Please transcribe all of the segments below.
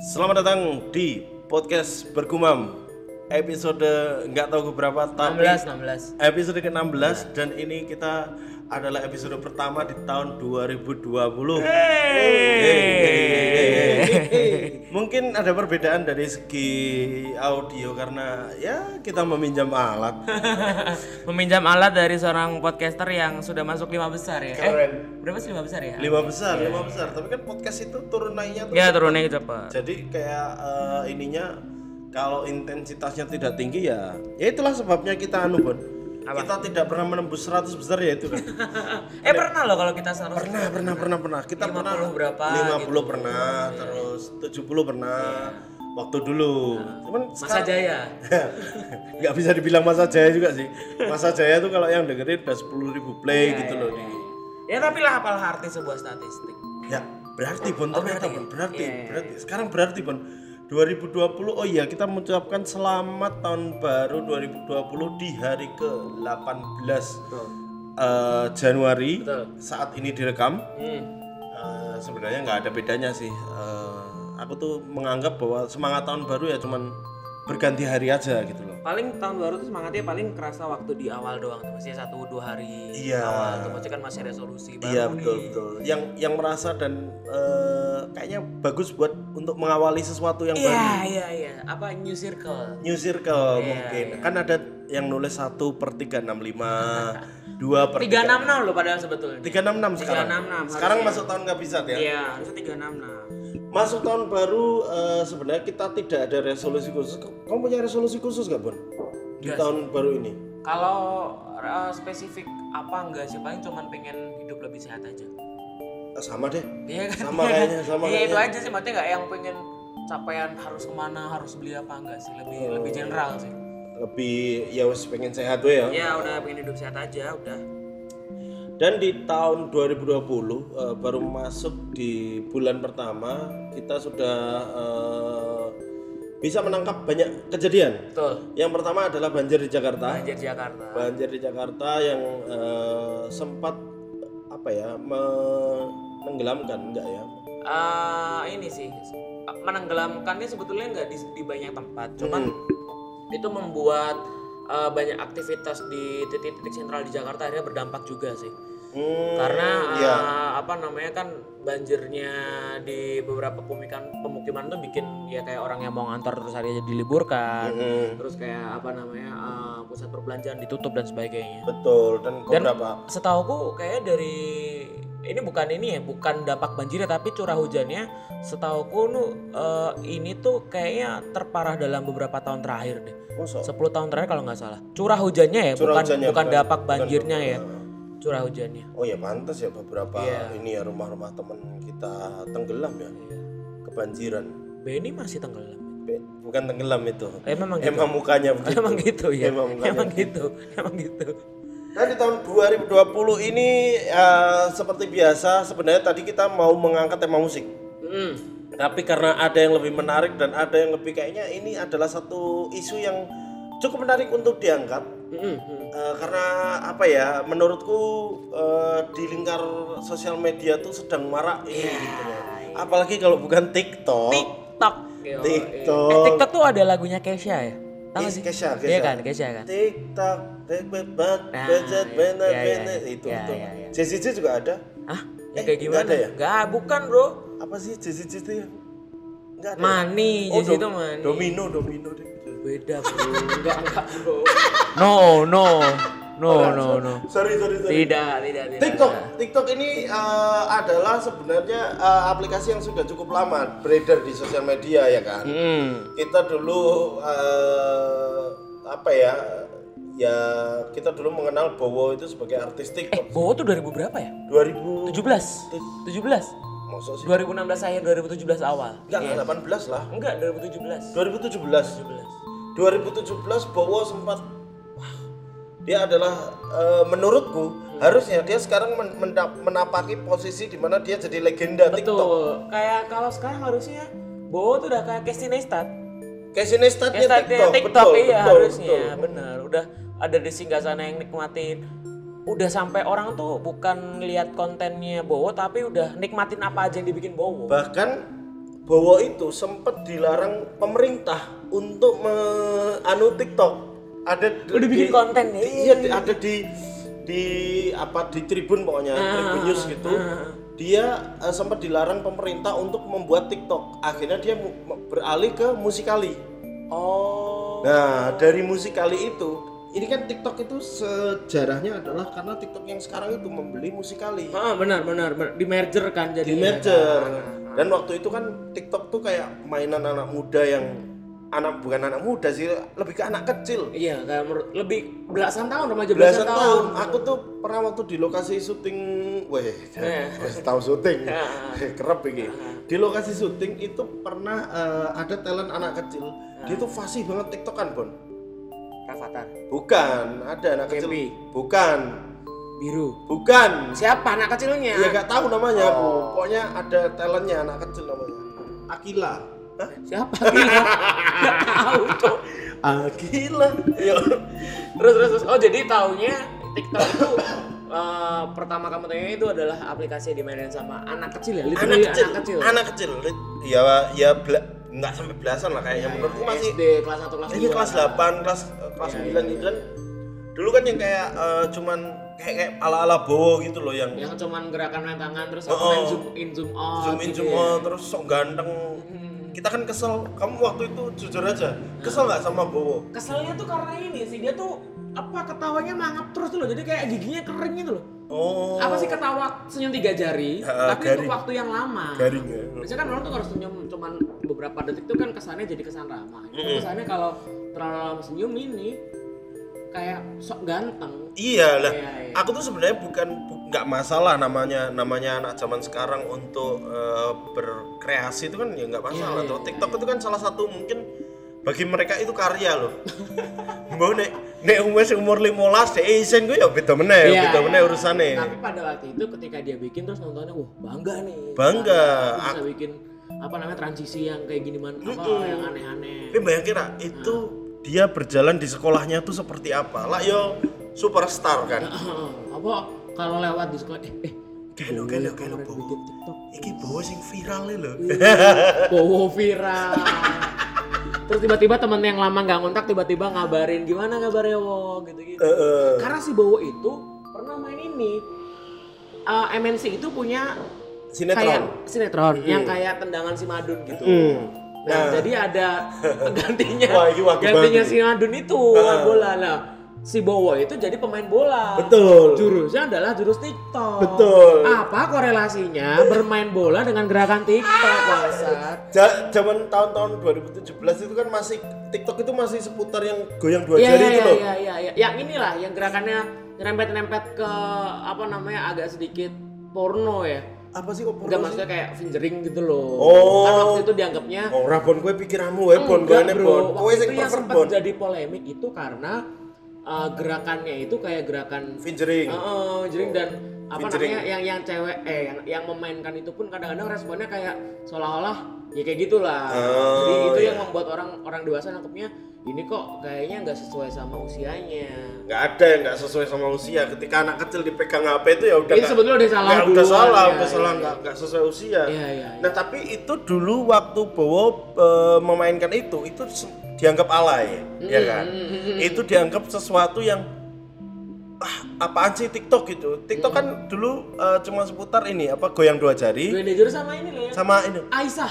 Selamat datang di podcast Bergumam episode nggak tahu berapa tapi 16. episode ke-16 dan ini kita adalah episode pertama di tahun 2020. Mungkin ada perbedaan dari segi audio karena ya kita meminjam alat. Meminjam alat dari seorang podcaster yang sudah masuk 5 besar ya. Keren. Berapa sih 5 besar ya? 5 besar. Tapi kan podcast itu turun naiknya Ya turunnya cepat. Jadi kayak ininya kalau intensitasnya tidak tinggi ya itulah sebabnya kita Bon. Apa? Kita tidak pernah menembus 100 besar ya itu kan. Pernah loh kalau kita harus Pernah. Kita 50 pernah berapa 50 gitu. pernah, terus 70 pernah. Waktu dulu. Cuman Masa Jaya. nggak bisa dibilang masa jaya juga sih. Masa jaya tuh kalau yang dengerin udah 10.000 play gitu loh. Ya tapi lah apalah arti sebuah statistik. Ya, berarti Bon ternyata berarti Bon. ya? Berarti. Iya. Sekarang berarti Bon. 2020 oh iya kita mengucapkan selamat tahun baru 2020 di hari ke-18 Januari. Betul. Saat ini direkam. Sebenarnya nggak ada bedanya sih. Aku tuh menganggap bahwa semangat tahun baru ya cuman berganti hari aja gitu loh. Paling tahun baru tuh semangatnya paling kerasa waktu di awal doang tuh. Maksudnya 1-2 hari Iya. awal tuh. Maksudnya kan masih resolusi baru Iya nih. betul. Yang merasa dan kayaknya bagus buat untuk mengawali sesuatu yang baru. Iya. Apa New Circle? New Circle Iya, mungkin. Kan ada yang nulis 1/365, 2/366 366 loh padahal sebetulnya. 366 sekarang. 366 Sekarang harusnya. masuk tahun kabisat ya. Iya, harusnya 366. Masuk tahun baru sebenarnya kita tidak ada resolusi khusus. Kamu punya resolusi khusus gak Bon? Di Enggak tahun baru ini? Kalau spesifik apa enggak sih, paling cuman pengen hidup lebih sehat aja. Sama deh. Iya kan? Sama kayaknya, sama Iya itu kayaknya. aja sih, maksudnya enggak yang pengen capaian harus kemana, harus beli apa enggak sih, lebih general sih. Lebih ya wes pengen sehat we ya. Ya udah pengen hidup sehat aja udah. Dan di tahun 2020 baru masuk di bulan pertama kita sudah bisa menangkap banyak kejadian. Betul. Yang pertama adalah banjir di Jakarta. Banjir Jakarta. Banjir di Jakarta yang sempat apa ya menenggelamkan enggak ya? Ini sih menenggelamkannya sebetulnya enggak di banyak tempat, cuman itu membuat banyak aktivitas di titik-titik sentral di Jakarta akhirnya berdampak juga sih. Karena apa namanya kan banjirnya di beberapa pemukiman tuh bikin ya kayak orang yang mau ngantor terus hari aja diliburkan, terus kayak apa namanya pusat perbelanjaan ditutup dan sebagainya. Betul. Dan Dan beberapa setauku kayak dari ini bukan dampak banjirnya tapi curah hujannya setauku ini tuh kayaknya terparah dalam beberapa tahun terakhir deh. Masa? 10 tahun terakhir kalau nggak salah. Curah hujannya ya, bukan dampak banjirnya ya. Curah hujannya. Oh ya pantas ya beberapa Iya. ini ya rumah-rumah teman kita tenggelam ya. Kebanjiran. Benny masih tenggelam. Bukan tenggelam itu. Memang gitu. Emang mukanya begitu. Emang gitu ya. Emang mukanya Emang gitu. Dan di tahun 2020 ini seperti biasa sebenarnya tadi kita mau mengangkat tema musik. Tapi karena ada yang lebih menarik dan ada yang lebih kayaknya ini adalah satu isu yang cukup menarik untuk diangkat. Karena apa ya menurutku di lingkar sosial media tuh sedang marak ini gitu loh. Apalagi kalau bukan TikTok. TikTok. TikTok. TikTok tuh ada lagunya Kesha ya? Tahu nggak sih? Kesha. Iya kan, Kesha kan. TikTok, itu. JCJ juga ada. Hah? Ya kayak gimana? Nggak ada ya? Enggak, bukan, Bro. Apa sih JCJ itu yang nggak ada? Mani, Oh, jadi itu mani. Domino deh. Beda, Bro. Enggak, Bro. No. Sorry. Tidak. TikTok ini adalah sebenarnya aplikasi yang sudah cukup lama beredar di sosial media ya kan. Kita dulu kita dulu mengenal Bowo itu sebagai artis TikTok. Bowo tuh 2000 berapa ya? 2000 17. Masa sih? 2016 akhir, 2017 awal. Enggak, 18 lah. Enggak, 2017. 2017 Bowo sempat dia adalah menurutku harusnya dia sekarang menapaki posisi di mana dia jadi legenda TikTok. Betul. Kayak kalau sekarang harusnya Bowo tuh udah kayak Casey Neistat. Casey Neistatnya TikTok. TikTok iya harusnya. Betul. Benar. Udah ada di singgasana yang nikmatin. Udah sampai orang tuh bukan lihat kontennya Bowo tapi udah nikmatin apa aja yang dibikin Bowo. Bahkan Bowo itu sempat dilarang pemerintah untuk TikTok. Udah bikin konten nih. Iya, ada di Tribun pokoknya, Tribun News gitu. Dia sempat dilarang pemerintah untuk membuat TikTok. Akhirnya dia beralih ke Musical.ly. Oh. Nah, dari Musical.ly itu, ini kan TikTok itu sejarahnya adalah karena TikTok yang sekarang itu membeli Musical.ly. Benar. Di merger kan jadi. Di merger. Dan waktu itu kan TikTok tuh kayak mainan anak muda yang bukan anak muda sih, lebih ke anak kecil. Iya, kayak lebih belasan tahun, remaja belasan tahun. Aku tuh pernah waktu di lokasi syuting, tahu syuting, kerep ini. Di lokasi syuting itu pernah ada talent anak kecil. Dia tuh fasih banget TikTokan, Bon. Rafathar. Bukan, ada anak kecil. Bukan. Biru. Bukan. Siapa anak kecilnya? Ya gak tahu namanya aku. Pokoknya ada talentnya anak kecil namanya. Akila. Hah? Siapa Akila? Gak tahu tuh. Akila. Terus. Oh jadi taunya TikTok itu pertama kamu tanya itu adalah aplikasi yang dimainin sama anak kecil ya? Anak kecil. Ya nggak sampai belasan lah kayaknya. Menurutku masih SD kelas 1 kelas 2. Iya kelas 8, kelas 9 gitu kan. Dulu kan yang kayak cuman kayak ala-ala Bowo gitu loh yang cuman gerakan main tangan terus main zoom in zoom out terus sok ganteng. Kita kan kesel, kamu waktu itu jujur aja kesel nggak sama Bowo? Keselnya tuh karena ini sih, dia tuh ketawanya mangap terus tuh loh, jadi kayak giginya kering gitu loh. Apa sih ketawa senyum 3 jari tapi garing. untuk waktu yang lama. Garing ya. Biasanya kan orang tuh kalau senyum cuman beberapa detik tuh kan kesannya jadi kesan ramah. Kesannya kalau terlalu lama senyum ini kayak sok ganteng. Iya lah. Aku tuh sebenarnya nggak masalah namanya anak zaman sekarang untuk berkreasi itu kan ya nggak masalah. TikTok itu kan salah satu mungkin bagi mereka itu karya loh. Mbak nek umur 15 deh isen gue ya beda meneh urusannya. Tapi pada waktu itu ketika dia bikin terus nontonnya bangga nih. Bangga. Bisa bikin transisi yang kayak gini yang aneh-aneh. Tapi bayangin itu dia berjalan di sekolahnya tuh seperti apa? Lah yo superstar kan. Kalau lewat di sekolah Kalo Bowo. Iki Bowo sing viral lho. Bowo viral. Terus tiba-tiba temen yang lama nggak ngontak tiba-tiba ngabarin gimana kabarnya gitu. Karena si Bowo itu pernah main ini. MNC itu punya sinetron yang kayak tendangan si Madun gitu. Nah, jadi ada gantinya si Madun itu main bola. Nah, si Bowo itu jadi pemain bola. Betul. Jurusnya adalah jurus TikTok. Betul. Apa korelasinya bermain bola dengan gerakan TikTok, bangsat? Zaman tahun-tahun 2017 itu kan masih TikTok itu masih seputar yang goyang 2 jari itu loh. Iya. Yang inilah yang gerakannya nyerempet-nyerempet ke agak sedikit porno ya. Apa sih kok porno? Enggak, maksudnya kayak fingering gitu loh. Kan waktu itu dianggapnya Rabon gue pikiranmu Bon kowe sing yang sempat jadi polemik itu karena gerakannya itu kayak gerakan fingering. Fingering dan yang cewek yang memainkan itu pun kadang-kadang responnya kayak seolah-olah ya kayak gitulah. Jadi itu yang membuat orang dewasa nangkepnya ini kok kayaknya nggak sesuai sama usianya. Nggak ada yang nggak sesuai sama usia. Ketika anak kecil dipegang HP itu ya udah. Itu sebetulnya udah salah. Udah salah nggak sesuai usia. Iya. Nah tapi itu dulu waktu Bowo memainkan itu dianggap alay, ya kan? Itu dianggap sesuatu yang apaan sih TikTok gitu. TikTok kan dulu cuma seputar ini goyang 2 jari. Goyang 2 jari sama ini loh ya. Sama ini. Aisyah.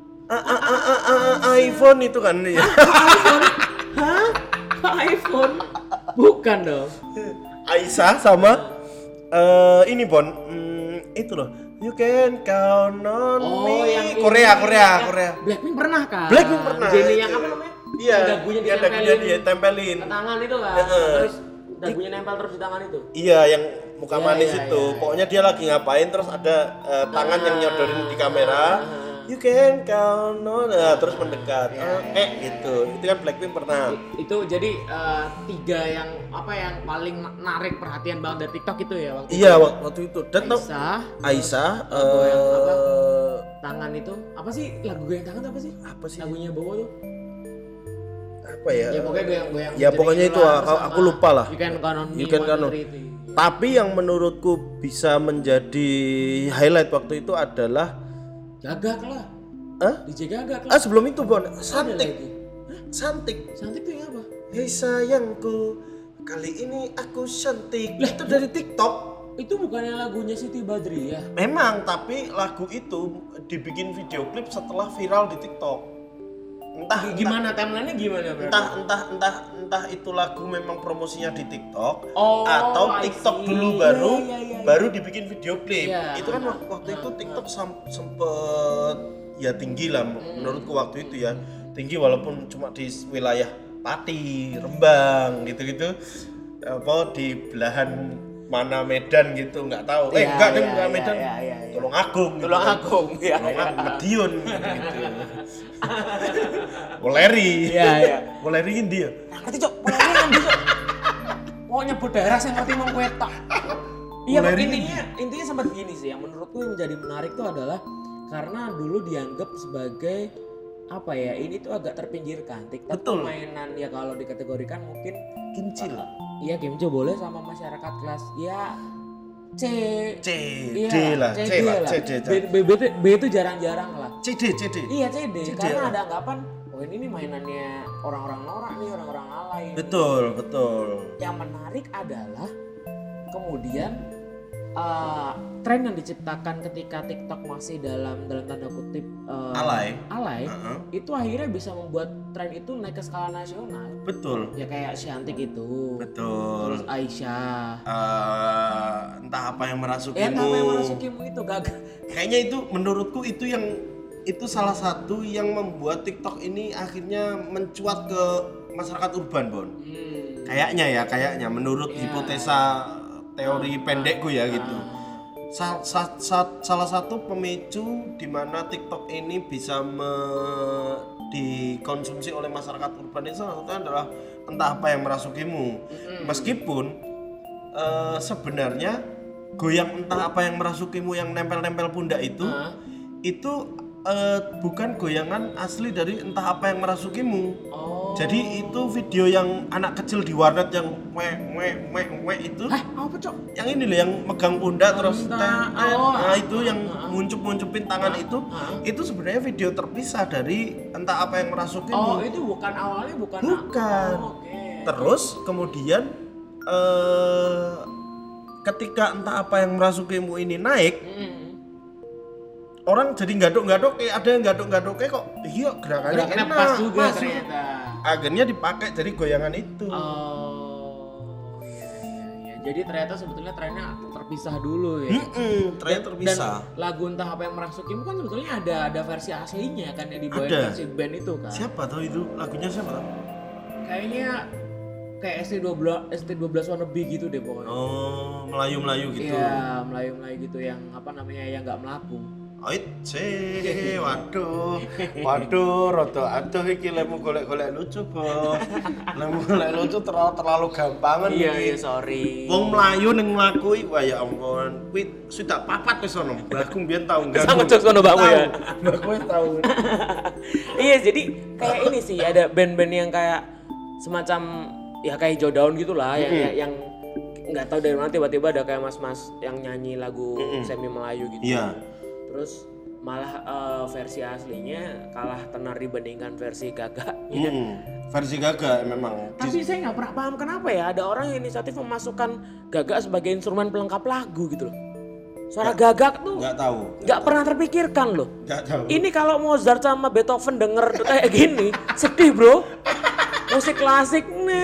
iPhone itu kan ya. iPhone? Hah? iPhone? Bukan dong. Aisyah sama ini Bon. Itu loh. You can count on me. Yang Korea. Blackpink pernah kan? Blackpink pernah. Jennie yang apa namanya? Iya. Dagunya ditempelin. Ke tangan itu kan. Terus dagunya nempel terus di tangan itu. Iya, yang muka manis itu. Pokoknya dia lagi ngapain terus ada tangan yang nyodorin di kamera. You can count on, terus mendekat. Gitu. Itu kan Blackpink pernah. Itu jadi 3 yang paling narik perhatian banget dari TikTok itu ya waktu itu. Iya, waktu itu. Dan Aisyah yang tangan itu. Apa sih lagu goyang tangan apa sih? Lagunya Bowo tuh. Apa ya? Ya pokoknya goyang. Ya pokoknya itu aku lupa lah. You can count on me. Tapi yang menurutku bisa menjadi highlight waktu itu adalah Gagak lah. DJ Gaga kelas. Sebelum itu Bon, Ada Santik. lagi. Santik. Santik tuh yang apa? Hei sayangku, kali ini aku cantik. Itu dari TikTok. Itu bukannya lagunya Siti Badriah? Memang, tapi lagu itu dibikin video klip setelah viral di TikTok. Gimana timelinenya gimana berarti? Entah itu lagu memang promosinya di TikTok I atau TikTok see. dulu baru dibikin video klip. Iya. Itu kan waktu itu TikTok sempet ya tinggi lah menurutku waktu itu ya. Tinggi walaupun cuma di wilayah Pati, Rembang gitu-gitu. Apa di belahan mana Medan gitu nggak tahu. Enggak Medan. Tulungagung. Ya. Tulungagung Madiun gitu. Woleri. Iya. Woleri ini dia. Ngerti Cok, Woleri ngerti Cok. Oh nyebut daerah saya ngerti mau kuetak. Iya, intinya sempat gini sih. Yang menurutku yang menjadi menarik tuh adalah karena dulu dianggap sebagai apa ya, ini tuh agak terpinggirkan. TikTok tuh mainan ya kalau dikategorikan mungkin Kimcil. Iya Kimco boleh sama masyarakat kelas ya C D lah. B itu jarang-jarang lah. CD. Iya CD karena ada anggapan oh ini nih mainannya orang-orang norak nih, orang-orang alay. Betul. Yang menarik adalah kemudian tren yang diciptakan ketika TikTok masih dalam tanda kutip alay itu akhirnya bisa membuat tren itu naik ke skala nasional. Betul. Ya kayak Shantik itu. Betul. Terus Aisyah. Entah apa yang merasukimu. Entah apa yang merasukimu itu Gaga. Kayaknya itu menurutku itu salah satu yang membuat TikTok ini akhirnya mencuat ke masyarakat urban, Bon. Kayaknya menurut hipotesa teori pendekku ya gitu. Salah satu pemicu di mana TikTok ini bisa dikonsumsi oleh masyarakat urban itu salah satunya adalah entah apa yang merasukimu. Meskipun sebenarnya goyang entah apa yang merasukimu yang nempel-nempel pundak itu bukan goyangan asli dari entah apa yang merasukimu. Jadi itu video yang anak kecil di warnet yang itu. Apa Cok? Yang ini loh yang megang pundak terus itu yang muncup-muncupin tangan itu sebenarnya video terpisah dari entah apa yang merasukimu. Itu bukan awalnya bukan. Okay. Terus kemudian ketika entah apa yang merasukimu ini naik, orang jadi ngaduk-ngaduk ada yang ngaduk-ngaduk kok iya gerakannya pas juga ternyata. Akhirnya dipakai jadi goyangan itu. Iya. Jadi ternyata sebetulnya trennya terpisah dulu ya. Trennya terpisah. Dan lagu entah apa yang merasukimu kan sebetulnya ada versi aslinya kan yang dibawain versi band itu kan. Siapa tahu itu lagunya siapa tahu? Kayaknya kayak ST12 Wannabe gitu deh pokoknya. Melayu-melayu gitu. Iya, Melayu-melayu gitu yang apa namanya yang enggak melakung. Waduh, rodo aduh iki lemu golek-golek lucu, Bos. Lemu golek lucu terlalu gampangan iki. Iya, sorry. Wong Melayu ning mlaku iki, wah ya ampun. Kuwi sudah papat wis ono. Mbahku mbiyen tau enggak. Sama cok sono mbakmu ya. Mbahku wis tau. Iya, jadi kayak ini sih ada band-band yang kayak semacam ya kayak Jodown gitulah yang nggak tahu dari mana tiba-tiba ada kayak mas-mas yang nyanyi lagu semi Melayu gitu. Iya. Terus malah versi aslinya kalah tenar dibandingkan versi Gaga. Versi Gaga memang. Tapi saya nggak pernah paham kenapa ya ada orang yang inisiatif memasukkan Gaga sebagai instrumen pelengkap lagu gitu loh. Suara Gaga tuh nggak pernah terpikirkan loh. Nggak tahu. Ini kalau Mozart sama Beethoven denger kayak gini sedih bro. Musik klasik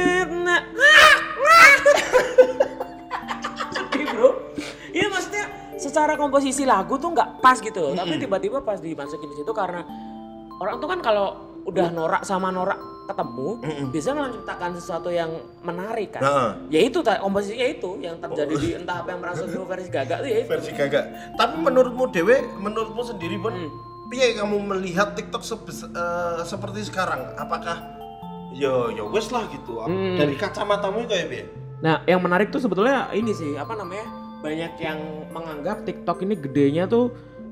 sedih bro. Iya maksudnya secara komposisi lagu tuh nggak pas gitu loh. Tapi tiba-tiba pas dimasukin di situ karena orang tuh kan kalau udah norak sama norak ketemu bisa menciptakan sesuatu yang menarik kan. Ya itu komposisinya itu yang terjadi di entah apa yang merasuk di versi Gaga tuh ya itu. Versi Gaga. Tapi menurutmu sendiri pun piye kamu melihat TikTok seperti sekarang? Apakah ya wes lah gitu. Dari kacamatamu itu ya, Bi? Nah, yang menarik tuh sebetulnya ini sih, apa namanya? Banyak yang menganggap TikTok ini gedenya tuh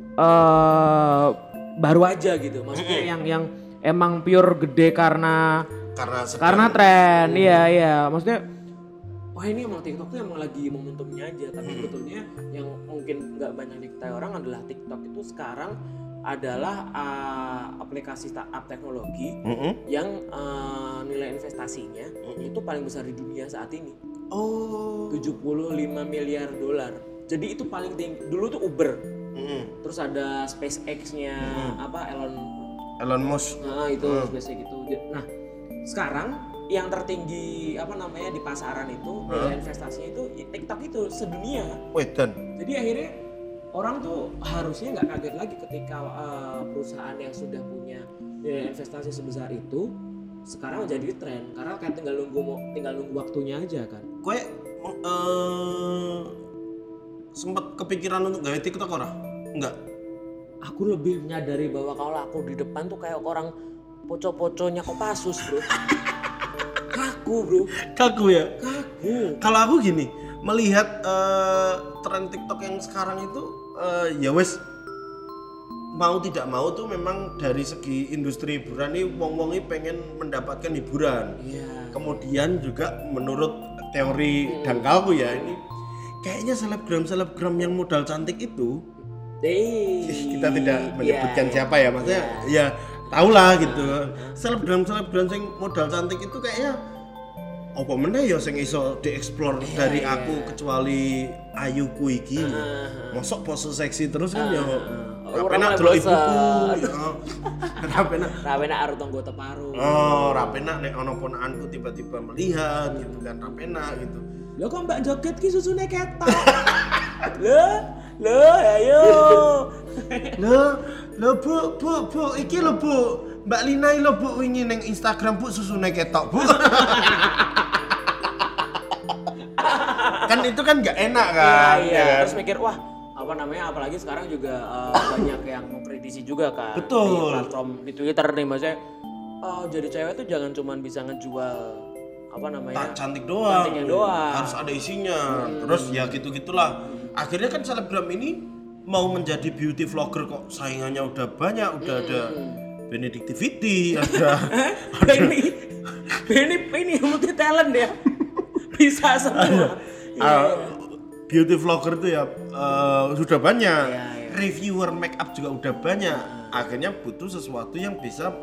baru aja gitu. Maksudnya yang emang pure gede karena tren. Iya. Maksudnya wah ini emang TikTok tuh emang lagi momentumnya aja. Tapi sebetulnya yang mungkin nggak banyak diketahui orang adalah TikTok itu sekarang adalah aplikasi startup teknologi yang nilai investasinya itu paling besar di dunia saat ini. 75 miliar dolar. Jadi itu paling tinggi. Dulu tuh Uber. Terus ada SpaceX-nya Elon Musk. Nah, itu SpaceX itu. Nah, sekarang yang tertinggi di pasaran itu nilai investasinya itu TikTok itu sedunia. Wedan. Jadi akhirnya orang tuh harusnya nggak kaget lagi ketika perusahaan yang sudah punya nilai investasi sebesar itu sekarang menjadi tren karena kayak tinggal nunggu waktunya aja kan. Kowe sempat kepikiran untuk gawe TikTok ora? Enggak. Aku lebih menyadari bahwa kalau aku di depan tuh kayak orang poco-poconya Kopassus, bro. Kaku, bro. Kaku ya? Kaku. Kalau aku gini, melihat tren TikTok yang sekarang itu ya wes mau tidak mau tuh memang dari segi industri hiburan nih wong-wong ini pengen mendapatkan hiburan. Iya. Kemudian juga menurut teori dangkalku ya ini kayaknya selebgram yang modal cantik itu kita tidak menyebutkan siapa ya maksudnya ya tahulah gitu. Selebgram yang modal cantik itu kayaknya apa meneh ya sing iso dieksplor dari aku kecuali ayuku iki. Mosok pose seksi terus kan ya rapenak delok ibuku. Rapenak arep tonggo teparu. Rapenak nek ana ponakanku tiba-tiba melihat gitu kan rapenak gitu. Lho kok Mbak joget ki susune ketok. Lho ayo. Lho Bu, iki lho Bu. Mbak Lina lho Bu wingi ning Instagram Bu susune ketok Bu. Kan itu kan enggak enak kan. Iya. Terus mikir wah apalagi sekarang juga banyak yang mengkritisi juga kan. Betul. Di platform di Twitter nih maksudnya jadi cewek tuh jangan cuma bisa ngejual cantiknya doang. Harus ada isinya. Terus ya gitu-gitulah. Akhirnya kan selebgram ini mau menjadi beauty vlogger kok saingannya udah banyak, udah ada Benedictivity, ada ini multi talent ya. Bisa semua. Beauty vlogger itu ya sudah banyak. Reviewer make up juga udah banyak. Akhirnya butuh sesuatu yang bisa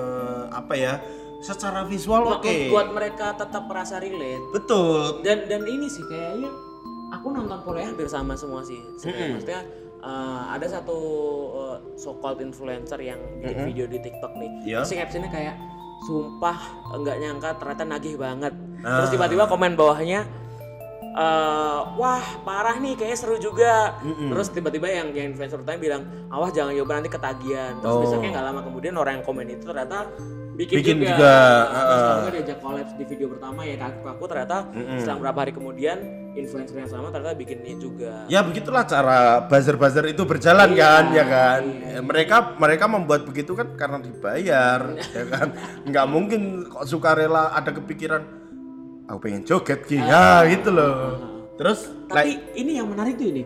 secara visual buat mereka tetap merasa relate. Betul. Dan ini sih kayaknya aku nonton polanya hampir sama semua sih. Maksudnya ada satu so-called influencer yang bikin video di TikTok nih. Terus captionnya kayak sumpah nggak nyangka ternyata nagih banget. Terus tiba-tiba komen bawahnya wah parah nih kayaknya seru juga. Terus tiba-tiba yang influencer tanya bilang awas jangan nyoba nanti ketagihan. Terus besoknya nggak lama kemudian orang yang komen itu ternyata bikin juga. Terus kalau diajak collab di video pertama ya aku ternyata setelah beberapa hari kemudian influencer yang sama ternyata bikinnya juga. Ya begitulah cara buzzer itu berjalan kan ya kan. Mereka membuat begitu kan karena dibayar ya kan. Nggak mungkin kok sukarela ada kepikiran aku pengen joget gitu loh. Terus tapi ini yang menarik tuh ini.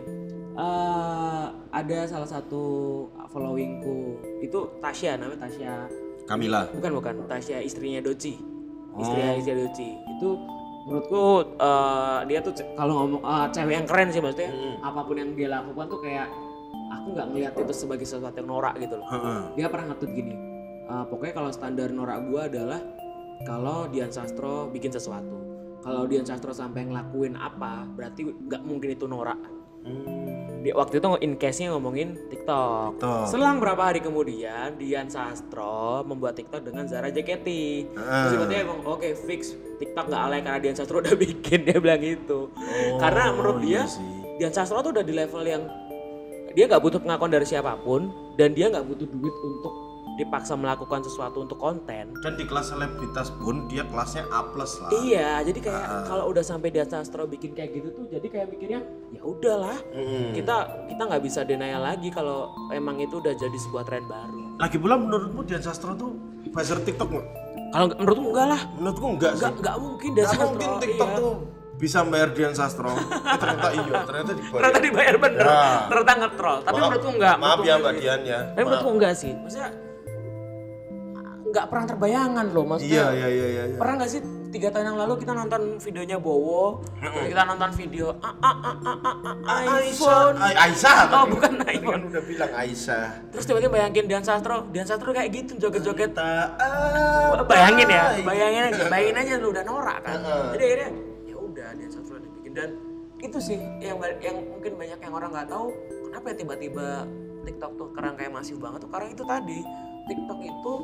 Ada salah satu followingku itu Tasya, namanya Tasya Kamila. Bukan Tasya istrinya Doci. Istrinya Doci. Itu menurutku dia tuh kalau ngomong cewek yang keren sih maksudnya. Apapun yang dia lakukan tuh kayak aku nggak ngeliat itu sebagai sesuatu yang norak gitu loh. Dia pernah nge-tweet gini. Pokoknya kalau standar norak gua adalah kalau Dian Sastro bikin sesuatu. Kalau Dian Sastro sampai ngelakuin apa, berarti nggak mungkin itu norak. Waktu itu in case-nya ngomongin TikTok. Selang berapa hari kemudian Dian Sastro membuat TikTok dengan Zara JKT. Terus tiba-tiba emang oke, fix TikTok nggak alay karena Dian Sastro udah bikin, dia bilang gitu. Karena menurut dia Dian Sastro tuh udah di level yang dia nggak butuh pengakuan dari siapapun dan dia nggak butuh duit untuk dipaksa melakukan sesuatu untuk konten. Dan di kelas selebritas pun dia kelasnya A+ lah. Iya, jadi kayak kalau udah sampai Dian Sastro bikin kayak gitu tuh, jadi kayak mikirnya ya udahlah, kita nggak bisa denial lagi kalau emang itu udah jadi sebuah tren baru. Lagi pula menurutmu Dian Sastro tuh buzzer TikTok nggak? Kalau menurutku enggak lah. Menurutku enggak sih. Enggak mungkin Dian Sastro. Mungkin TikTok tuh bisa bayar Dian Sastro. Ternyata dibayar bener. Ternyata nge-troll. Tapi menurutku enggak. Maaf ya Mbak Dian ya. Tapi menurutku enggak sih. Maksudnya nggak pernah terbayangkan loh maksudnya. Iya. Pernah nggak sih 3 tahun yang lalu kita nonton videonya Bowo, terus kita nonton video iPhone. Aisyah. Oh, bukan Kan iPhone. udah bilang Aisyah. Terus tiba-tiba bayangin Dian Sastro kayak gitu joget-joget. Bayangin aja lu udah norak kan. Jadi akhirnya ya udah Dian Sastro yang bikin, dan itu sih yang mungkin banyak yang orang nggak tahu kenapa ya tiba-tiba TikTok tuh sekarang kayak masif banget tuh, karena itu tadi TikTok itu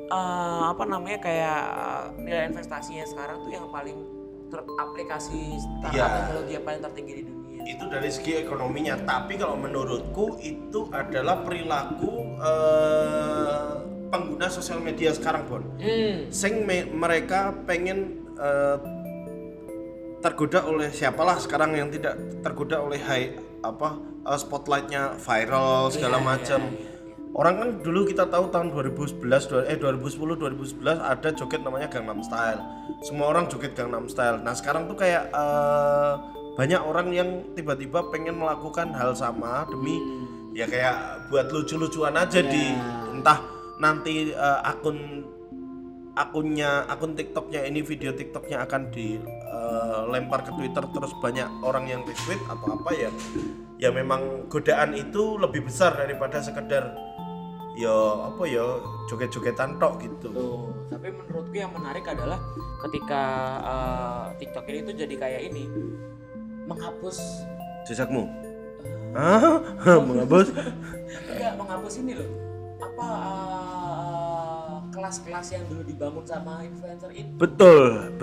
kayak nilai investasinya sekarang tuh yang paling aplikasi teknologi yang paling tertinggi di dunia. Itu dari segi ekonominya, tapi kalau menurutku itu adalah perilaku pengguna sosial media sekarang, Bon. Mereka pengen tergoda oleh siapalah sekarang yang tidak tergoda oleh spotlightnya viral segala macam. Orang kan dulu kita tahu tahun 2010 2011 ada joget namanya Gangnam Style. Semua orang joget Gangnam Style. Nah, sekarang tuh kayak banyak orang yang tiba-tiba pengen melakukan hal sama demi ya kayak buat lucu-lucuan aja di entah nanti akun TikToknya ini, video TikToknya akan dilempar ke Twitter terus banyak orang yang retweet atau apa ya. Ya memang godaan itu lebih besar daripada sekedar joget-jogetan tok gitu. Tuh, tapi menurutku yang menarik adalah ketika TikTok ini tuh jadi kayak ini menghapus jejakmu. Menghapus? Enggak, menghapus ini loh. Kelas-kelas yang dulu dibangun sama influencer itu. Betul.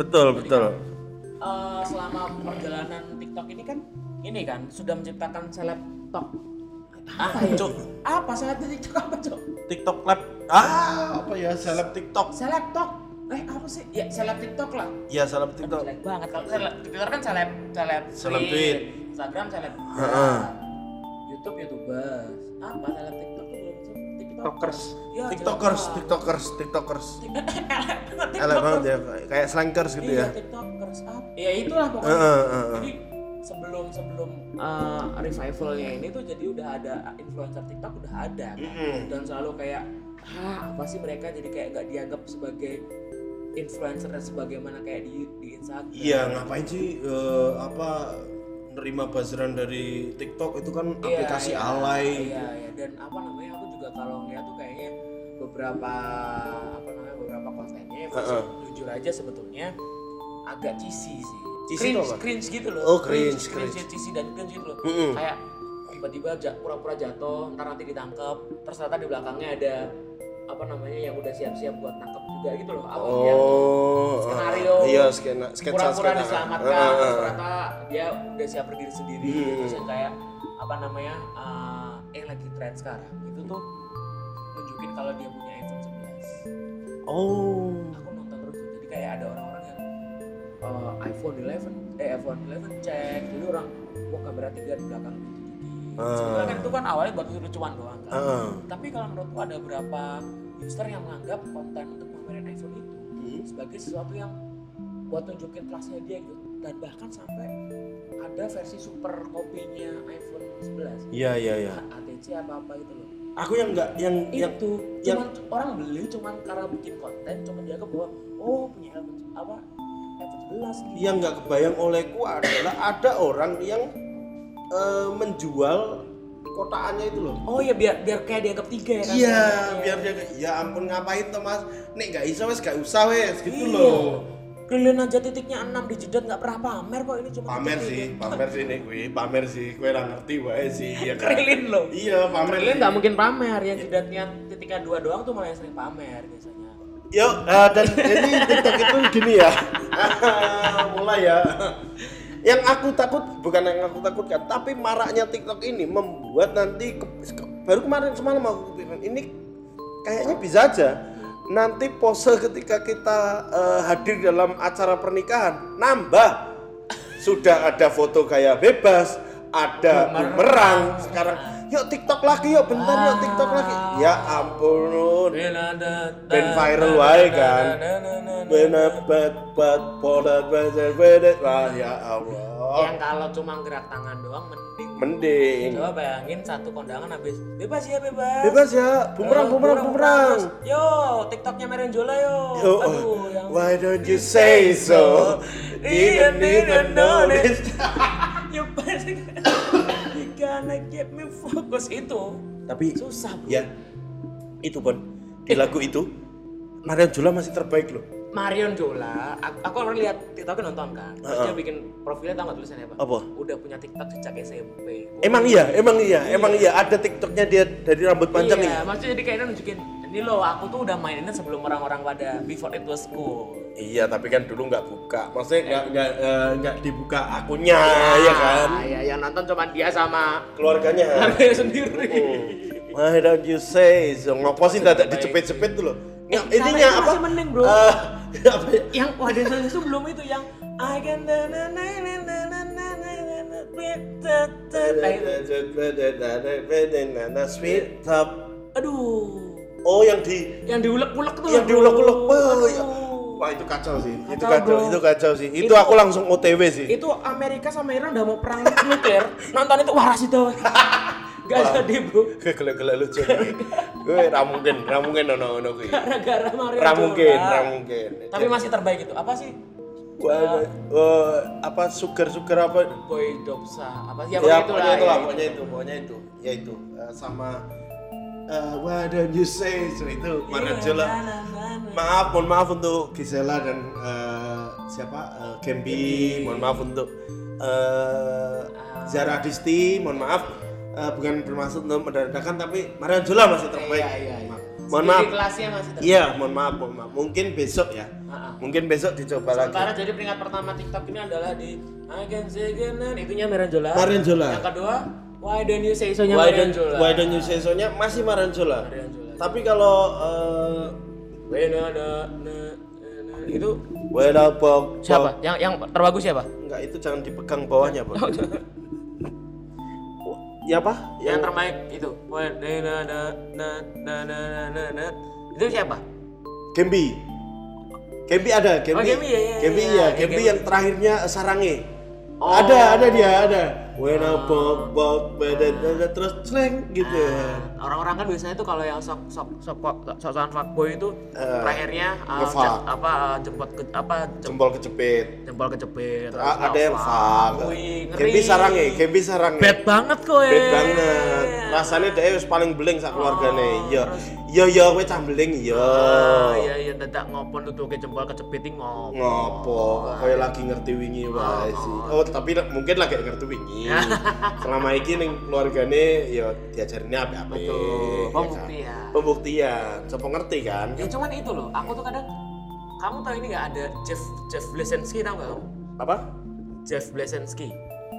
Selama perjalanan TikTok ini kan sudah menciptakan seleb talk. Apa seleb TikTok apa, Cok? TikTok Lab. Seleb TikTok. Seleb talk. Apa sih? Ya seleb TikTok lah. Ya, seleb TikTok. Jelek banget kalau Twitter kan seleb tweet. Instagram seleb. YouTube YouTubers. Apa seleb TikTok tuh belum sih? TikTokers. Ya, TikTokers. Elek banget ya, kayak slankers gitu ya. TikTokers apa? Ya itulah pokoknya. Jadi sebelum revivalnya ini tuh jadi udah ada influencer TikTok udah ada kan? Dan selalu kayak apa sih mereka jadi kayak nggak dianggap sebagai influencer dan sebagaimana kayak di Instagram. Iya, ngapain sih nerima buzzeran dari TikTok itu kan aplikasi alay. Iya, dan aku juga kalau ngeliat tuh kayaknya beberapa kontennya jujur aja sebetulnya agak cheesy sih. Cringe gitu loh. Oh, cringe. Cheesy dan cringe gitu loh. Kayak tiba-tiba pura-pura jatuh, ntar nanti ditangkap, terus ternyata di belakangnya ada yang udah siap-siap buat nangkep juga gitu loh. Yang skenario. Iya, sketsa. Pura-pura diselamatkan, ternyata dia udah siap berdiri sendiri. Terus yang kayak yang lagi tren sekarang itu tuh nunjukin kalau dia punya iPhone 11. Aku nonton terus tuh. Jadi kayak ada orang-orang yang iPhone 11 cek, jadi orang kamera 3 di belakang gitu. Sebenarnya kan itu kan awalnya buat lucuan doang kan. Tapi kalau menurutku ada beberapa user yang menganggap konten untuk pamerin iPhone itu sebagai sesuatu yang buat tunjukin kelasnya dia gitu. Dan bahkan sampai ada versi super kopinya iPhone 11. Iya. ATC apa gitu loh. Aku yang orang beli cuman karena bikin konten, cuman dia bahwa punya iPhone 11 gitu. Yang nggak kebayang olehku adalah ada orang yang menjual kotaannya itu loh. Oh ya biar kayak dianggap 3 ya kan. Iya, biar dia ya ampun ngapain tuh Mas? Nek gak usah wes gitu loh. Kalian aja titiknya 6 dijedot enggak pernah pamer kok, ini cuma pamer sih nek pamer sih kowe ora ngerti wae sih ya kan. Krilin loh. Iya, pamer. Krilin enggak mungkin pamer, yang jedotnya titiknya 2 doang tuh malah yang sering pamer biasanya. Yuk, dan ini TikTok itu gini ya. Mulai ya. Yang aku takutkan, tapi maraknya TikTok ini membuat nanti baru kemarin semalam aku pikirkan ini kayaknya bisa aja nanti pose ketika kita hadir dalam acara pernikahan nambah. Sudah ada foto kayak bebas, ada bumerang, yuk TikTok lagi yuk bentar yuk TikTok lagi. Ya ampun. Ben viral wae kan. Benebat podat wah ya Allah. Yang kalau cuma gerak tangan doang Mending. Coba bayangin satu kondangan habis bebas ya bebas. Bebas ya, bumerang. Yo, TikToknya Merenjola yo. Aduh, yang why don't you say so? Didn't notice. You gonna get me focus itu. Tapi susah bro. Ya, itu Bon. Di lagu itu Merenjola masih terbaik loh. Marion Jola, aku pernah lihat TikToknya nonton kan. Terus dia bikin profilnya tau gak tulisannya apa? Apa? Udah punya TikTok sejak SMP. Emang iya. Ada TikToknya dia dari rambut panjang nih. Iya, maksudnya jadi kayaknya nunjukin ini loh, aku tuh udah maininnya sebelum orang-orang pada before it was cool. Iya, tapi kan dulu nggak buka. Maksudnya nggak dibuka akunnya, ya kan? Iya, yang nonton cuma dia sama keluarganya sendiri. Why don't you say so? Ngopo sih tidak dicepet-cepet tuh loh? Ininya apa? Masih mending bro. Apa ya? Yang wadah sebelum itu yang I can sweet top. Aduh. Oh, yang diulek-ulek tuh. Yang diulek-ulek. Wah, itu kacau sih. Itu kacau sih. Itu aku langsung OTW sih. Itu Amerika sama Iran udah mau perang nuklir. Nonton itu waras itu. Gak jadi bro. Gila lucu. Gue ramungkin ono gue. Gara-gara Mario. Ramungkin. Tapi masih terbaik itu. Apa sih? Apa sugar apa? Boy Dobsa. Apa sih? Ya pokoknya itu. Ya itu. Sama why don't you say so itu Merenjola. Mohon maaf untuk Gisela dan Gembi. Mohon maaf untuk Zara Disti. Mohon maaf. Bukan bermaksud untuk merendahkan, tapi Merenjola masih terbaik. Iya. Mohon maaf. Kelasnya masih terbaik. Iya, mohon maaf. Mungkin besok ya. Mungkin besok dicoba lagi. Sementara jadi peringkat pertama TikTok ini adalah di I Can Say Again, itunya Merenjola. Yang kedua, Why Don't You Say So-nya Merenjola. Why Don't You Say So-nya masih Merenjola. Tapi kalau itu siapa? Yang terbagus siapa? Enggak, itu jangan dipegang bawahnya, Bang. Ya apa? Yang terbaik itu. Itu siapa? Gembi ada. Gembi yang terakhirnya Sarange. Ada dia. When I bok terus celeng gitu. Orang-orang kan biasanya tuh kalau yang sosokan fuckboy itu terakhirnya jempol kecepit. Ada yang fuck. Gembi Sarange. Bad banget kowe. Bad banget. Rasanya dia wis paling beling sak keluargane. Iya kowe cah beling iya. Iya dadak ngopon tutuke jempol kecepit ngopo. Ngopo? Kowe lagi ngerti wingi wae sih. Oh, tapi mungkin lagi ngerti wingi. Selama iki ning keluargane ya diajarine apik-apik. Betul. Pembuktian. Coba ngerti kan? Ya cuman itu loh, aku tuh kadang kamu tahu ini enggak ada Jeff Bleszinski tahu enggak kamu? Apa? Jeff Bleszinski.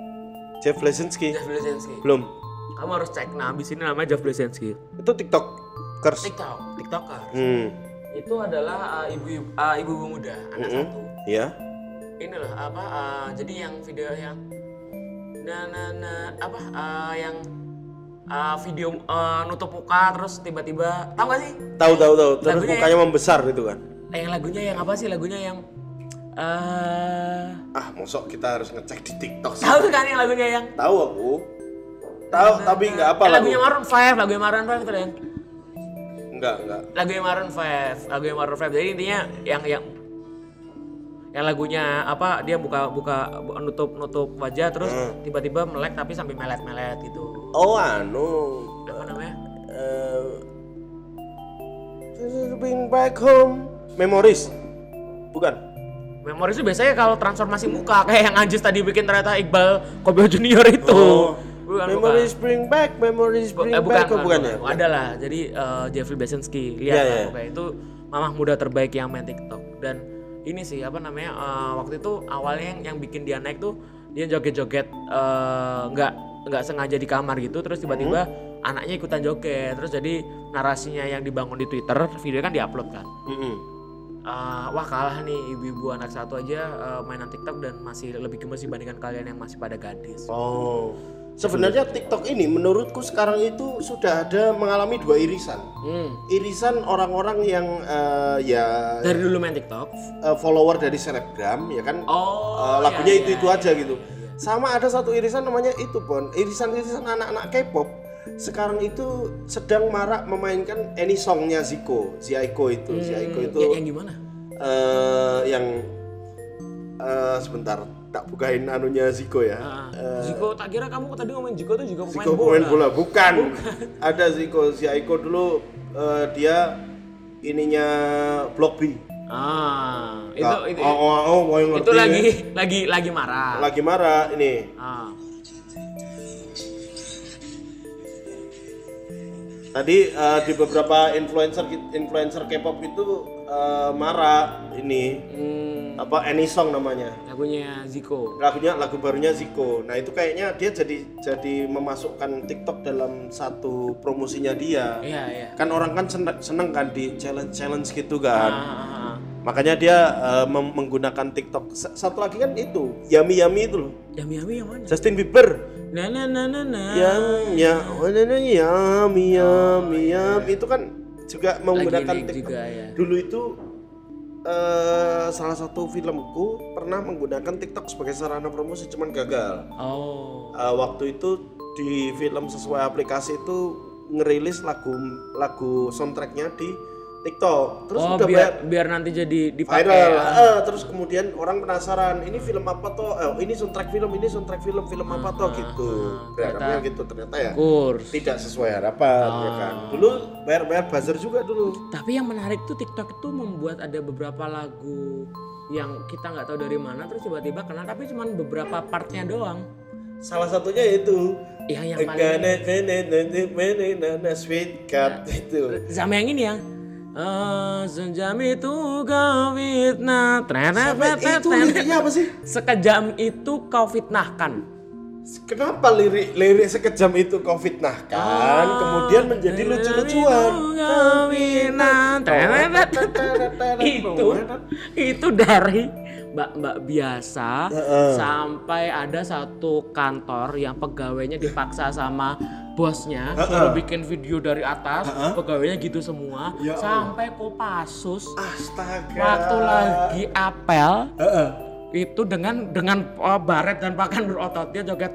Belum. Kamu harus cek. Nah, abis ini namanya Jeff Bleszinski. Itu TikToker. Itu adalah ibu muda, anak satu. Iya. Inilah jadi yang video yang yang video nutup muka terus tiba-tiba tahu gak sih? Tahu. Terus mukanya membesar gitu kan. Yang lagunya yang apa sih? Lagunya yang mosok kita harus ngecek di TikTok sih. Tahu kan yang lagunya yang? Tahu aku. Tahu tapi enggak apa lagunya Maroon 5 itu kan. Enggak. Lagunya Maroon 5. Jadi intinya yang lagunya dia buka nutup wajah terus tiba-tiba melek tapi sambil melet gitu. Oh, apa namanya? Bring back home memories. Bukan. Memories itu biasanya kalau transformasi muka kayak yang Anjus tadi bikin ternyata Iqbal Kobel Junior itu. Memories bring back. Bukan ya? Ada lah. Jadi Jeffrey Bleszinski lihat kayak itu mamah muda terbaik yang main TikTok. Dan ini sih waktu itu awalnya yang bikin dia naik tuh dia joget-joget nggak sengaja di kamar gitu terus tiba-tiba anaknya ikutan joget terus jadi narasinya yang dibangun di Twitter video kan diupload kan. wah kalah nih ibu-ibu anak satu aja mainan TikTok dan masih lebih gemes dibandingkan kalian yang masih pada gadis. Oh. Sebenarnya TikTok ini menurutku sekarang itu sudah ada mengalami dua irisan. Irisan orang-orang yang ya Dari dulu main TikTok, follower dari selebgram ya kan. Lagunya itu aja gitu. Sama ada satu irisan namanya itu Bon, irisan-irisan anak-anak K-pop. Sekarang itu sedang marak memainkan any songnya Zico itu. Zico itu yang gimana? Yang sebentar tak bukain anunya Zico ya. Zico, tak kira kamu tadi ngomongin Zico tuh juga Zico pemain bola. Bukan. Ada Zico dulu dia ininya Block B. Itu lagi marah. Lagi marah ini. Tadi di beberapa influencer K-pop itu marah ini any song namanya. Lagu barunya Zico. Nah itu kayaknya dia jadi memasukkan TikTok dalam satu promosinya dia. Iya. Kan orang kan seneng kan di challenge gitu kan. Makanya dia menggunakan TikTok. Satu lagi kan itu Yummy itu loh. Yummy yang mana? Justin Bieber. Yummy itu kan juga menggunakan TikTok. Juga, ya. Dulu itu salah satu filmku pernah menggunakan TikTok sebagai sarana promosi, cuman gagal. Waktu itu di film sesuai aplikasi itu ngerilis lagu soundtracknya di TikTok. Terus udah biar nanti jadi dipakai viral. Terus kemudian orang penasaran, ini film apa toh? Ini soundtrack film apa toh gitu. Berharapnya gitu, ternyata ya tidak sesuai harapan ya kan. Dulu bayar buzzer juga dulu. Tapi yang menarik tuh TikTok itu membuat ada beberapa lagu yang kita nggak tahu dari mana terus tiba-tiba kenal, tapi cuma beberapa partnya doang. Salah satunya itu yang paling Sweet Cat itu. Sama yang ini yang sejam itu kau fitnah. Itu liriknya apa sih? Sekejam itu kau fitnahkan. Kenapa lirik sekejam itu kau fitnahkan kemudian menjadi lucu-lucuan? Itu dari mbak biasa sampai ada satu kantor yang pegawainya dipaksa sama bosnya suruh bikin video dari atas, pegawainya gitu semua, sampai Kopassus. Astaga. Waktu lagi apel itu dengan baret dan pakaian berototnya joget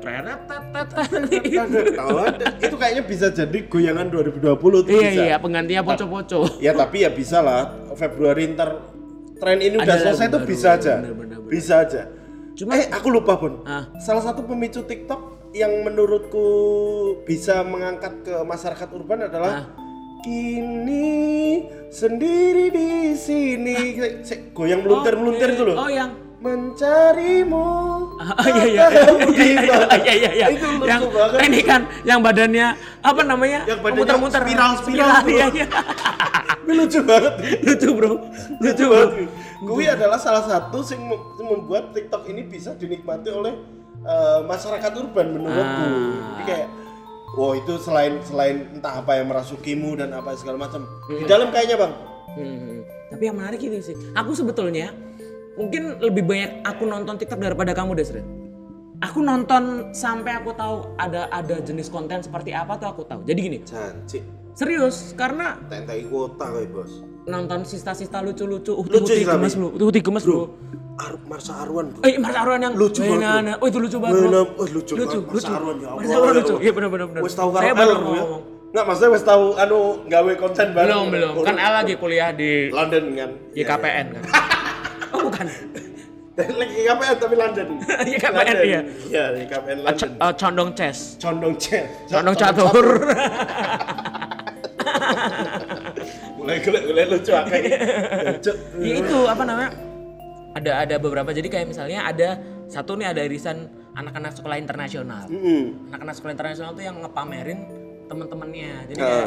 itu kayaknya bisa jadi goyangan 2020 tuh. Iya penggantinya poco-poco. Ya tapi ya bisa lah, Februari ntar tren ini udah selesai tuh bisa aja. Bisa aja. Cuma aku lupa Bon. Salah satu pemicu TikTok yang menurutku bisa mengangkat ke masyarakat urban adalah kini sendiri di sini. Goyang meluntir itu loh. Yang mencarimu. Iya. Itu lucu banget. Ini kan yang badannya apa namanya? Yang badannya muter-muter spiral. Iya. Lucu banget. Lucu bro. Gue adalah salah satu yang membuat TikTok ini bisa dinikmati oleh masyarakat urban menurutku. Jadi kayak itu selain entah apa yang merasukimu dan apa segala macam. Di dalam kayaknya Bang. Tapi yang menarik ini sih, aku sebetulnya mungkin lebih banyak aku nonton TikTok daripada kamu Desren. Aku nonton sampai aku tahu ada jenis konten seperti apa tuh aku tahu. Jadi gini. Janji. Serius, karena TNI kuota kayak bos. Nonton sista-sista lucu-lucu. Tuh gemes bro. Marsha Arwan bro. Marsha Arwan yang lucu banget. Itu lucu banget bro. Lucu. Marsha Arwan ya. Marsha Arwan lucu. Iya benar. Wes tahu saya baru ngomong. Enggak, maksudnya wes tahu gawe konten baru. Belum. Kan El lagi kuliah di London kan. YKPN kan. Oh bukan. Lagi YKPN tapi London. YKPN iya. Iya, YKPN London. Condong Chess. Condong Catur. Mulai lucu kayak ya itu apa namanya, ada beberapa, jadi kayak misalnya ada satu nih, ada irisan anak-anak sekolah internasional. Anak-anak sekolah internasional tuh yang ngepamerin teman-temannya, jadi kayak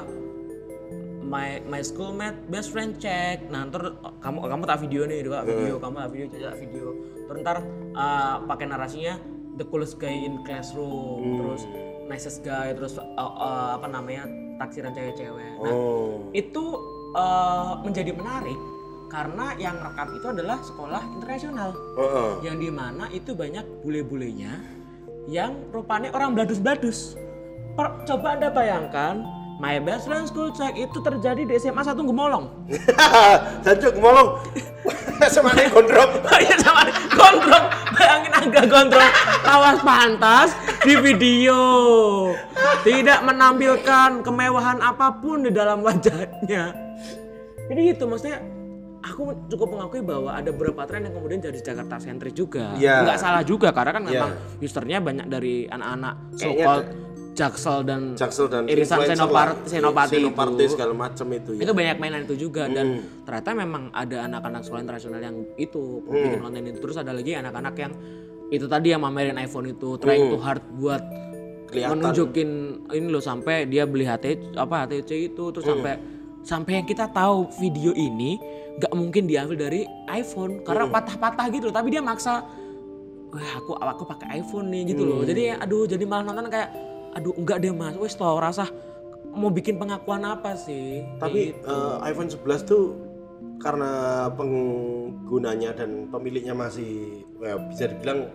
my schoolmate best friend check. Nah ntar kamu tak video nih, kamu tak video terus ntar pakai narasinya the coolest guy in classroom, terus nicest guy, terus taksiran cewek-cewek. Nah, itu menjadi menarik karena yang rekam itu adalah sekolah internasional. Yang dimana itu banyak bule-bulenya yang rupanya orang bladus-bladus. Coba Anda bayangkan, My Best Friend School Check itu terjadi di SMA 1 Gemolong. Jancuk Gemolong. SMA gondrong. Iya sama gondrong. Bayangin agak gondrong. Tawas pantas di video. Tidak menampilkan kemewahan apapun di dalam wajahnya. Jadi itu maksudnya aku cukup mengakui bahwa ada beberapa tren yang kemudian jadi Jakarta sentris juga. Enggak salah juga karena kan memang usernya banyak dari anak-anak so-called Jaksel dan irisan Senopati segala macam itu ya. Itu banyak mainan itu juga dan ternyata memang ada anak-anak sekolah internasional yang itu bikin konten itu. Terus ada lagi anak-anak yang itu tadi yang mamerin iPhone itu trying to hard buat menunjukin ini loh sampai dia beli HTC itu terus sampai yang kita tahu video ini nggak mungkin diambil dari iPhone karena patah-patah gitu tapi dia maksa wah aku pakai iPhone nih gitu loh. Jadi jadi malah nonton kayak enggak deh mas, wes tau rasa mau bikin pengakuan apa sih? Tapi iPhone 11 tuh karena penggunanya dan pemiliknya masih bisa dibilang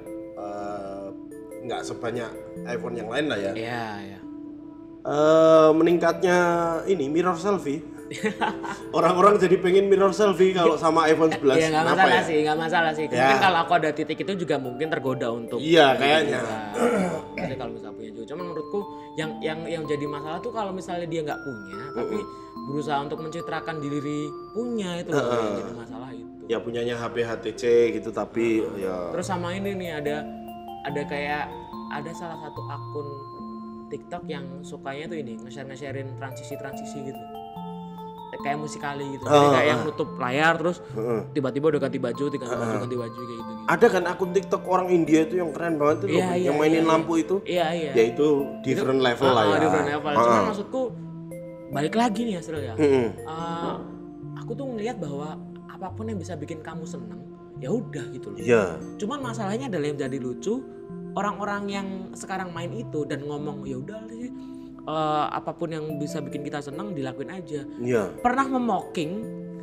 nggak sebanyak iPhone yang lain lah ya. Iya. Meningkatnya ini mirror selfie. Orang-orang jadi pengen mirror selfie kalau sama iPhone 11. Iya nggak masalah sih. Mungkin kalau aku ada titik itu juga mungkin tergoda untuk. Iya kayaknya. Jadi kalau misalnya punya juga, cuman menurutku yang jadi masalah tuh kalau misalnya dia nggak punya, tapi berusaha untuk mencitrakan diri punya itu loh yang jadi masalah itu. Ya punyanya HP HTC gitu tapi ya. Terus sama ini nih ada kayak ada salah satu akun TikTok yang sukanya tuh ini nge-sharein transisi gitu. Kayak musikali gitu. Jadi kayak yang nutup layar terus tiba-tiba udah ganti baju kayak gitu. Ada kan akun TikTok orang India itu yang keren banget tuh yang mainin lampu itu. Iya. Ya itu different level lah ya. Different level. Cuman maksudku balik lagi nih Asril ya. Aku tuh ngelihat bahwa apapun yang bisa bikin kamu seneng ya udah gitu loh. Iya. Cuman masalahnya adalah yang jadi lucu orang-orang yang sekarang main itu dan ngomong ya udah sih apapun yang bisa bikin kita senang dilakuin aja. Iya. Pernah memaki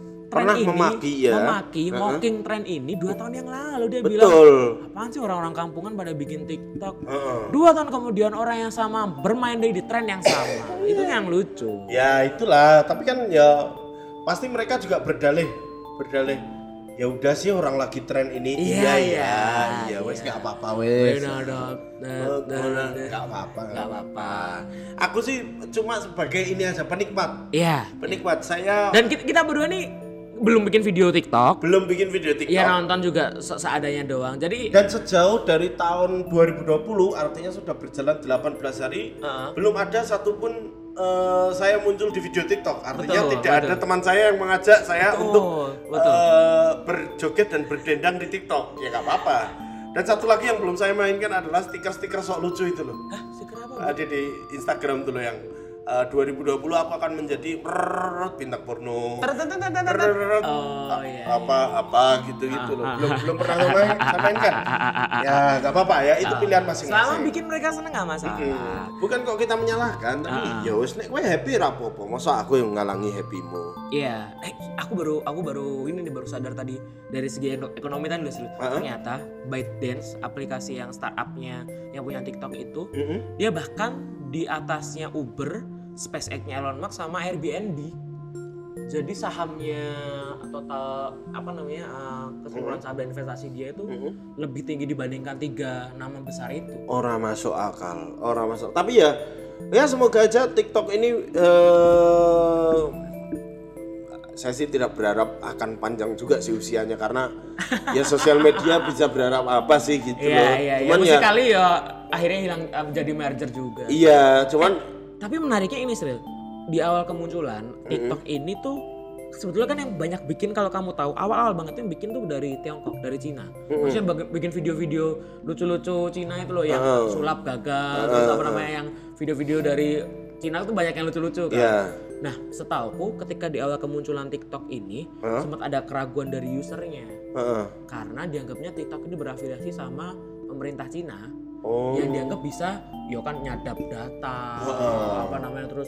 tren ini 2 tahun yang lalu dia bilang apaan sih orang-orang kampungan pada bikin TikTok. 2 tahun kemudian orang yang sama bermain di tren yang sama. Itu yang lucu. Ya itulah, tapi kan ya pasti mereka juga berdalih. Ya udah sih orang lagi tren ini. Iya wes enggak apa-apa wes. Enggak apa-apa. Aku sih cuma sebagai ini aja penikmat. Iya. Penikmat saya. Dan kita berdua nih belum bikin video TikTok. Iya nonton juga seadanya doang. Jadi dan sejauh dari tahun 2020 artinya sudah berjalan 18 hari belum ada satupun saya muncul di video TikTok. Artinya tidak ada teman saya yang mengajak saya untuk berjoget dan berdendang di TikTok. Ya nggak apa-apa. Dan satu lagi yang belum saya mainkan adalah stiker-stiker sok lucu itu loh. Stiker apa? Ada di Instagram tuh loh yang 2020 aku akan menjadi bintang porno. Apa gitu loh. Belum pernah main kan? Ya enggak apa-apa ya, itu pilihan masing-masing. Selama bikin mereka seneng enggak masalah. Bukan kok kita menyalahkan, tapi ya wis nek kowe happy ra apa-apa. Masa aku yang ngalangi happymu. Iya. Aku baru sadar tadi dari segi ekonomi tadi loh. Ternyata ByteDance, aplikasi yang startupnya yang punya TikTok itu, dia bahkan di atasnya Uber, SpaceX-nya Elon Musk sama Airbnb. Jadi sahamnya total keseluruhan saham dan investasi dia itu lebih tinggi dibandingkan 3 nama besar itu. Ora masuk akal. Tapi ya semoga aja TikTok ini saya sih tidak berharap akan panjang juga sih usianya karena ya sosial media bisa berharap apa sih gitu loh. Cuman ya sekali ya akhirnya hilang jadi merger juga. Iya, cuman tapi menariknya ini Sril, di awal kemunculan TikTok ini tuh sebetulnya kan yang banyak bikin kalau kamu tahu awal-awal banget yang bikin tuh dari Tiongkok, dari Cina. Maksudnya bikin video-video lucu-lucu Cina itu loh yang sulap gagal, terus yang video-video dari Cina tuh banyak yang lucu-lucu kan. Nah, setauku ketika di awal kemunculan TikTok ini sempat ada keraguan dari usernya. Karena dianggapnya TikTok ini berafiliasi sama pemerintah Cina. Yang dianggap bisa kan nyadap data terus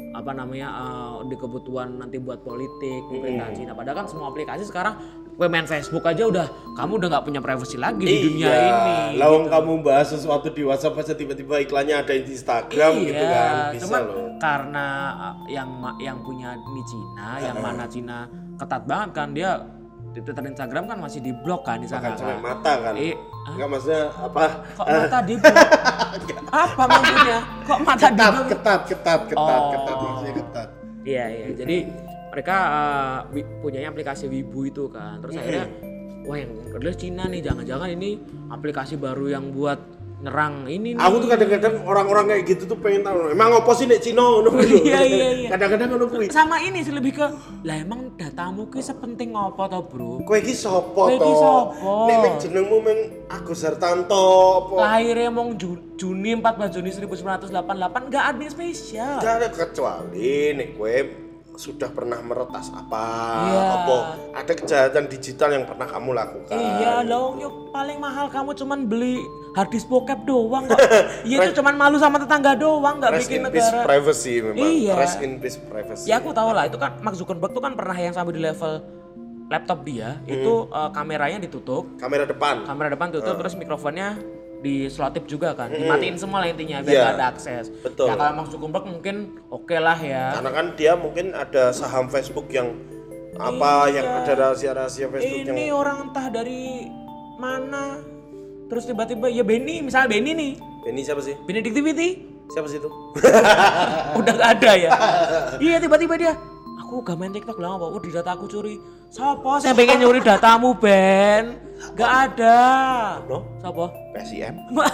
di kebutuhan nanti buat politik pemerintahan Cina. Padahal kan semua aplikasi sekarang main Facebook aja kamu udah nggak punya privasi lagi di dunia ini. Lawang kamu bahas sesuatu di WhatsApp aja tiba-tiba iklannya ada di Instagram gitu kan. Bisa cuman loh. Karena yang punya ini Cina, yang mana Cina ketat banget kan, dia di Twitter dan Instagram kan masih diblok kan di sana. Bahkan sampai mata kan. Enggak maksudnya apa? Kok mata diblok? Apa maksudnya? Kok mata diblok? Ketat maksudnya ketat. Iya. Jadi mereka punyanya aplikasi Weibo itu kan. Terus akhirnya wah yang kedua Cina nih, jangan-jangan ini aplikasi baru yang buat nyerang ini nih. Aku tuh kadang-kadang orang-orang kayak gitu tuh pengen tahu emang apa sih nek Cina ngono kuwi. Iya. Kadang-kadang ngono kuwi. Sama ini sih lebih ke lah emang datamu ki sepenting apa to, Bro? Kowe iki sapa to? Nek meng jenengmu meng Agus Hartanto apa? Lahirnya mong Juni 14 Juni 1988 enggak ada yang spesial. Enggak ada kecuali nek kowe sudah pernah meretas apa ada kejahatan digital yang pernah kamu lakukan. Iya loh, yuk paling mahal kamu cuman beli harddisk bokep doang kok. Iya itu cuman malu sama tetangga doang, nggak bikin negara. Rest in peace privacy memang. Iya. Rest in peace privacy. Ya aku tahu lah, itu kan Mark Zuckerberg tuh kan pernah yang sampai di level laptop dia itu kameranya ditutup. Kamera depan tutup, terus mikrofonnya diselotip juga kan, dimatiin semua lah intinya biar gak ada akses. Betul. Ya kalau Mark Zuckerberg mungkin oke lah ya. Karena kan dia mungkin ada saham Facebook yang yang ada rahasia-rahasia Facebook yang ini orang entah dari mana, terus tiba-tiba ya misalnya Benny nih. Benny siapa sih? Benedictivity. Siapa sih itu? Udah gak ada ya. Iya tiba-tiba dia, aku gak main TikTok lah, di data aku curi. Siapa saya pengen nyuri datamu Ben? Gak ada. No? Siapa? PSIM.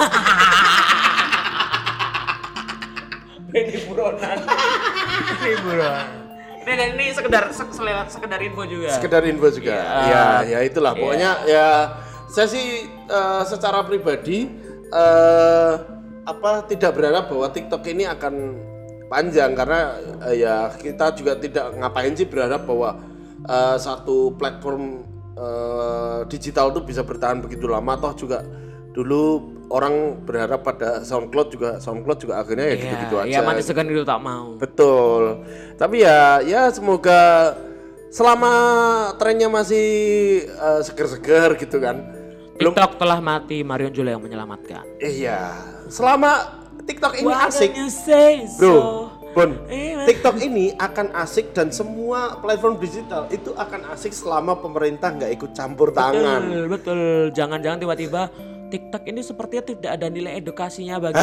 Benny Buronan. Ini sekedar info juga. Sekedar info juga. Ya itulah. Pokoknya ya saya sih secara pribadi tidak berharap bahwa TikTok ini akan panjang karena ya kita juga tidak ngapain sih berharap bahwa satu platform digital itu bisa bertahan begitu lama. Toh juga dulu orang berharap pada SoundCloud juga akhirnya ya gitu-gitu aja. Ya mati segan itu tak mau. Betul. Tapi ya semoga selama trennya masih seger-seger gitu kan. TikTok telah mati, Marion Jola yang menyelamatkan. Iya. Selama TikTok ini asik. Bro, TikTok ini akan asik dan semua platform digital itu akan asik selama pemerintah nggak ikut campur tangan. Betul. Jangan-jangan tiba-tiba TikTok ini sepertinya tidak ada nilai edukasinya bagi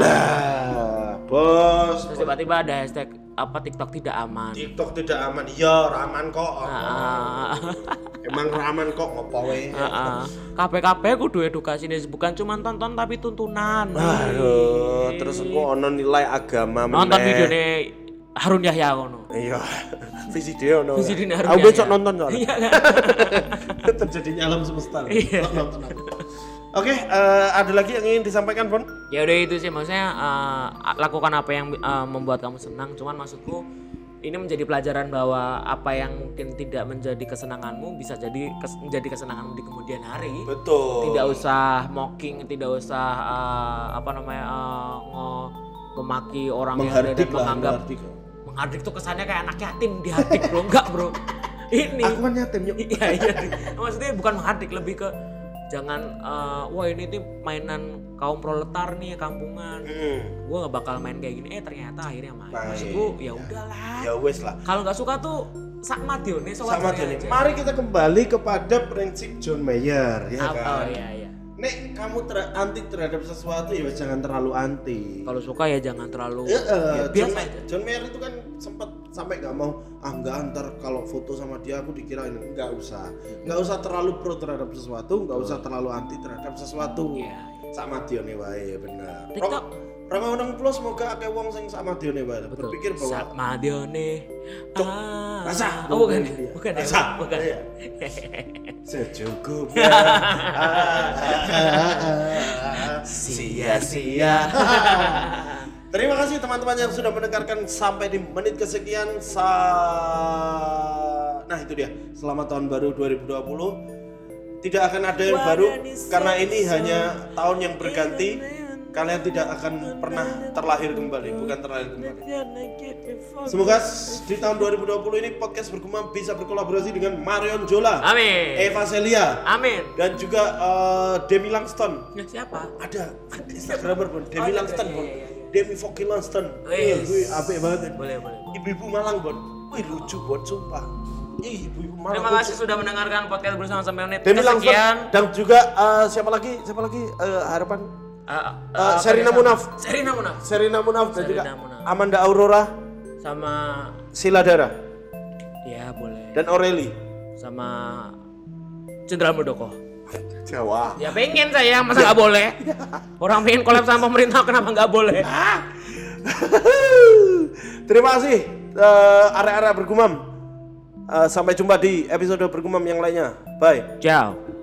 bos. Terus tiba-tiba ada hashtag TikTok tidak aman. TikTok tidak aman. Iya, raman kok. Emang raman kok ngopo we. KPKP kudu edukasi nih, bukan cuma tonton tapi tuntunan. Aduh, terus kok ono nilai agama meneh. Nonton videone Harun Yahya ngono. Iya. Video ono. Harun Yahya. Aku besok nonton soalnya. Iya kan. Terjadinya alam semesta. Iya. Nonton. Oke, ada lagi yang ingin disampaikan, Bon? Ya udah itu sih, maksudnya lakukan apa yang membuat kamu senang. Cuman maksudku ini menjadi pelajaran bahwa apa yang mungkin tidak menjadi kesenanganmu bisa jadi menjadi kesenanganmu di kemudian hari. Betul. Tidak usah mocking, tidak usah memaki orang yang ada dan menganggap menghardik tuh kesannya kayak anak yatim dihardik bro, enggak bro. Ini. Aku kan yatim yuk. Iya. Maksudnya bukan menghardik, lebih ke jangan wah ini tuh mainan kaum proletar nih kampungan. Gue nggak bakal main kayak gini. Ternyata akhirnya main. Maksudku ya udahlah. Ya wes lah. Kalau nggak suka tuh sama Dione. Mari kita kembali kepada prinsip John Mayer, ya kan? Oh iya. Nek kamu anti terhadap sesuatu ya jangan terlalu anti. Kalau suka ya jangan terlalu. Biasa aja. John Mayer itu kan sempat sampai nggak mau nggak antar kalau foto sama dia aku dikirain, nggak usah terlalu pro terhadap sesuatu, nggak usah terlalu anti terhadap sesuatu. Sama Dione wae bener. TikTok. Orang plus semoga akeh wong sing sama Dione wae. Berpikir bahwa sama Dione. Rasa. Oh bukan. Rasa. Bukan. Secukupnya. Sia-sia. Terima kasih teman-teman yang sudah mendengarkan sampai di menit kesekian. Nah itu dia. Selamat tahun baru 2020. Tidak akan ada yang baru karena ini hanya tahun yang berganti. kalian tidak akan pernah terlahir kembali, bukan terlahir kembali. Semoga di tahun 2020 ini podcast Bergumam bisa berkolaborasi dengan Marion Jola, Amin. Eva Celia, Amin. dan juga Demi Langston. Ya, siapa? Ada Instagramer Bon, Demi Langston Bon, Demi fucking Langston. Wih, apik banget. boleh. Ibu-ibu Malang Bon, wih lucu Bon, sumpah. Ibu-ibu Malang. Terima kasih sudah mendengarkan podcast bersama sampai menit. Demi Langston Sekian. dan juga siapa lagi harapan Sherina Munaf dan juga Amanda Aurora sama Siladara ya boleh dan Aureli sama Jenderal Muldoko. Jawa. Ya pengen saya, masa nggak boleh? Orang pengen collab sama pemerintah, kenapa nggak boleh? Terima kasih area-area Bergumam. Sampai jumpa di episode Bergumam yang lainnya. Bye. Ciao.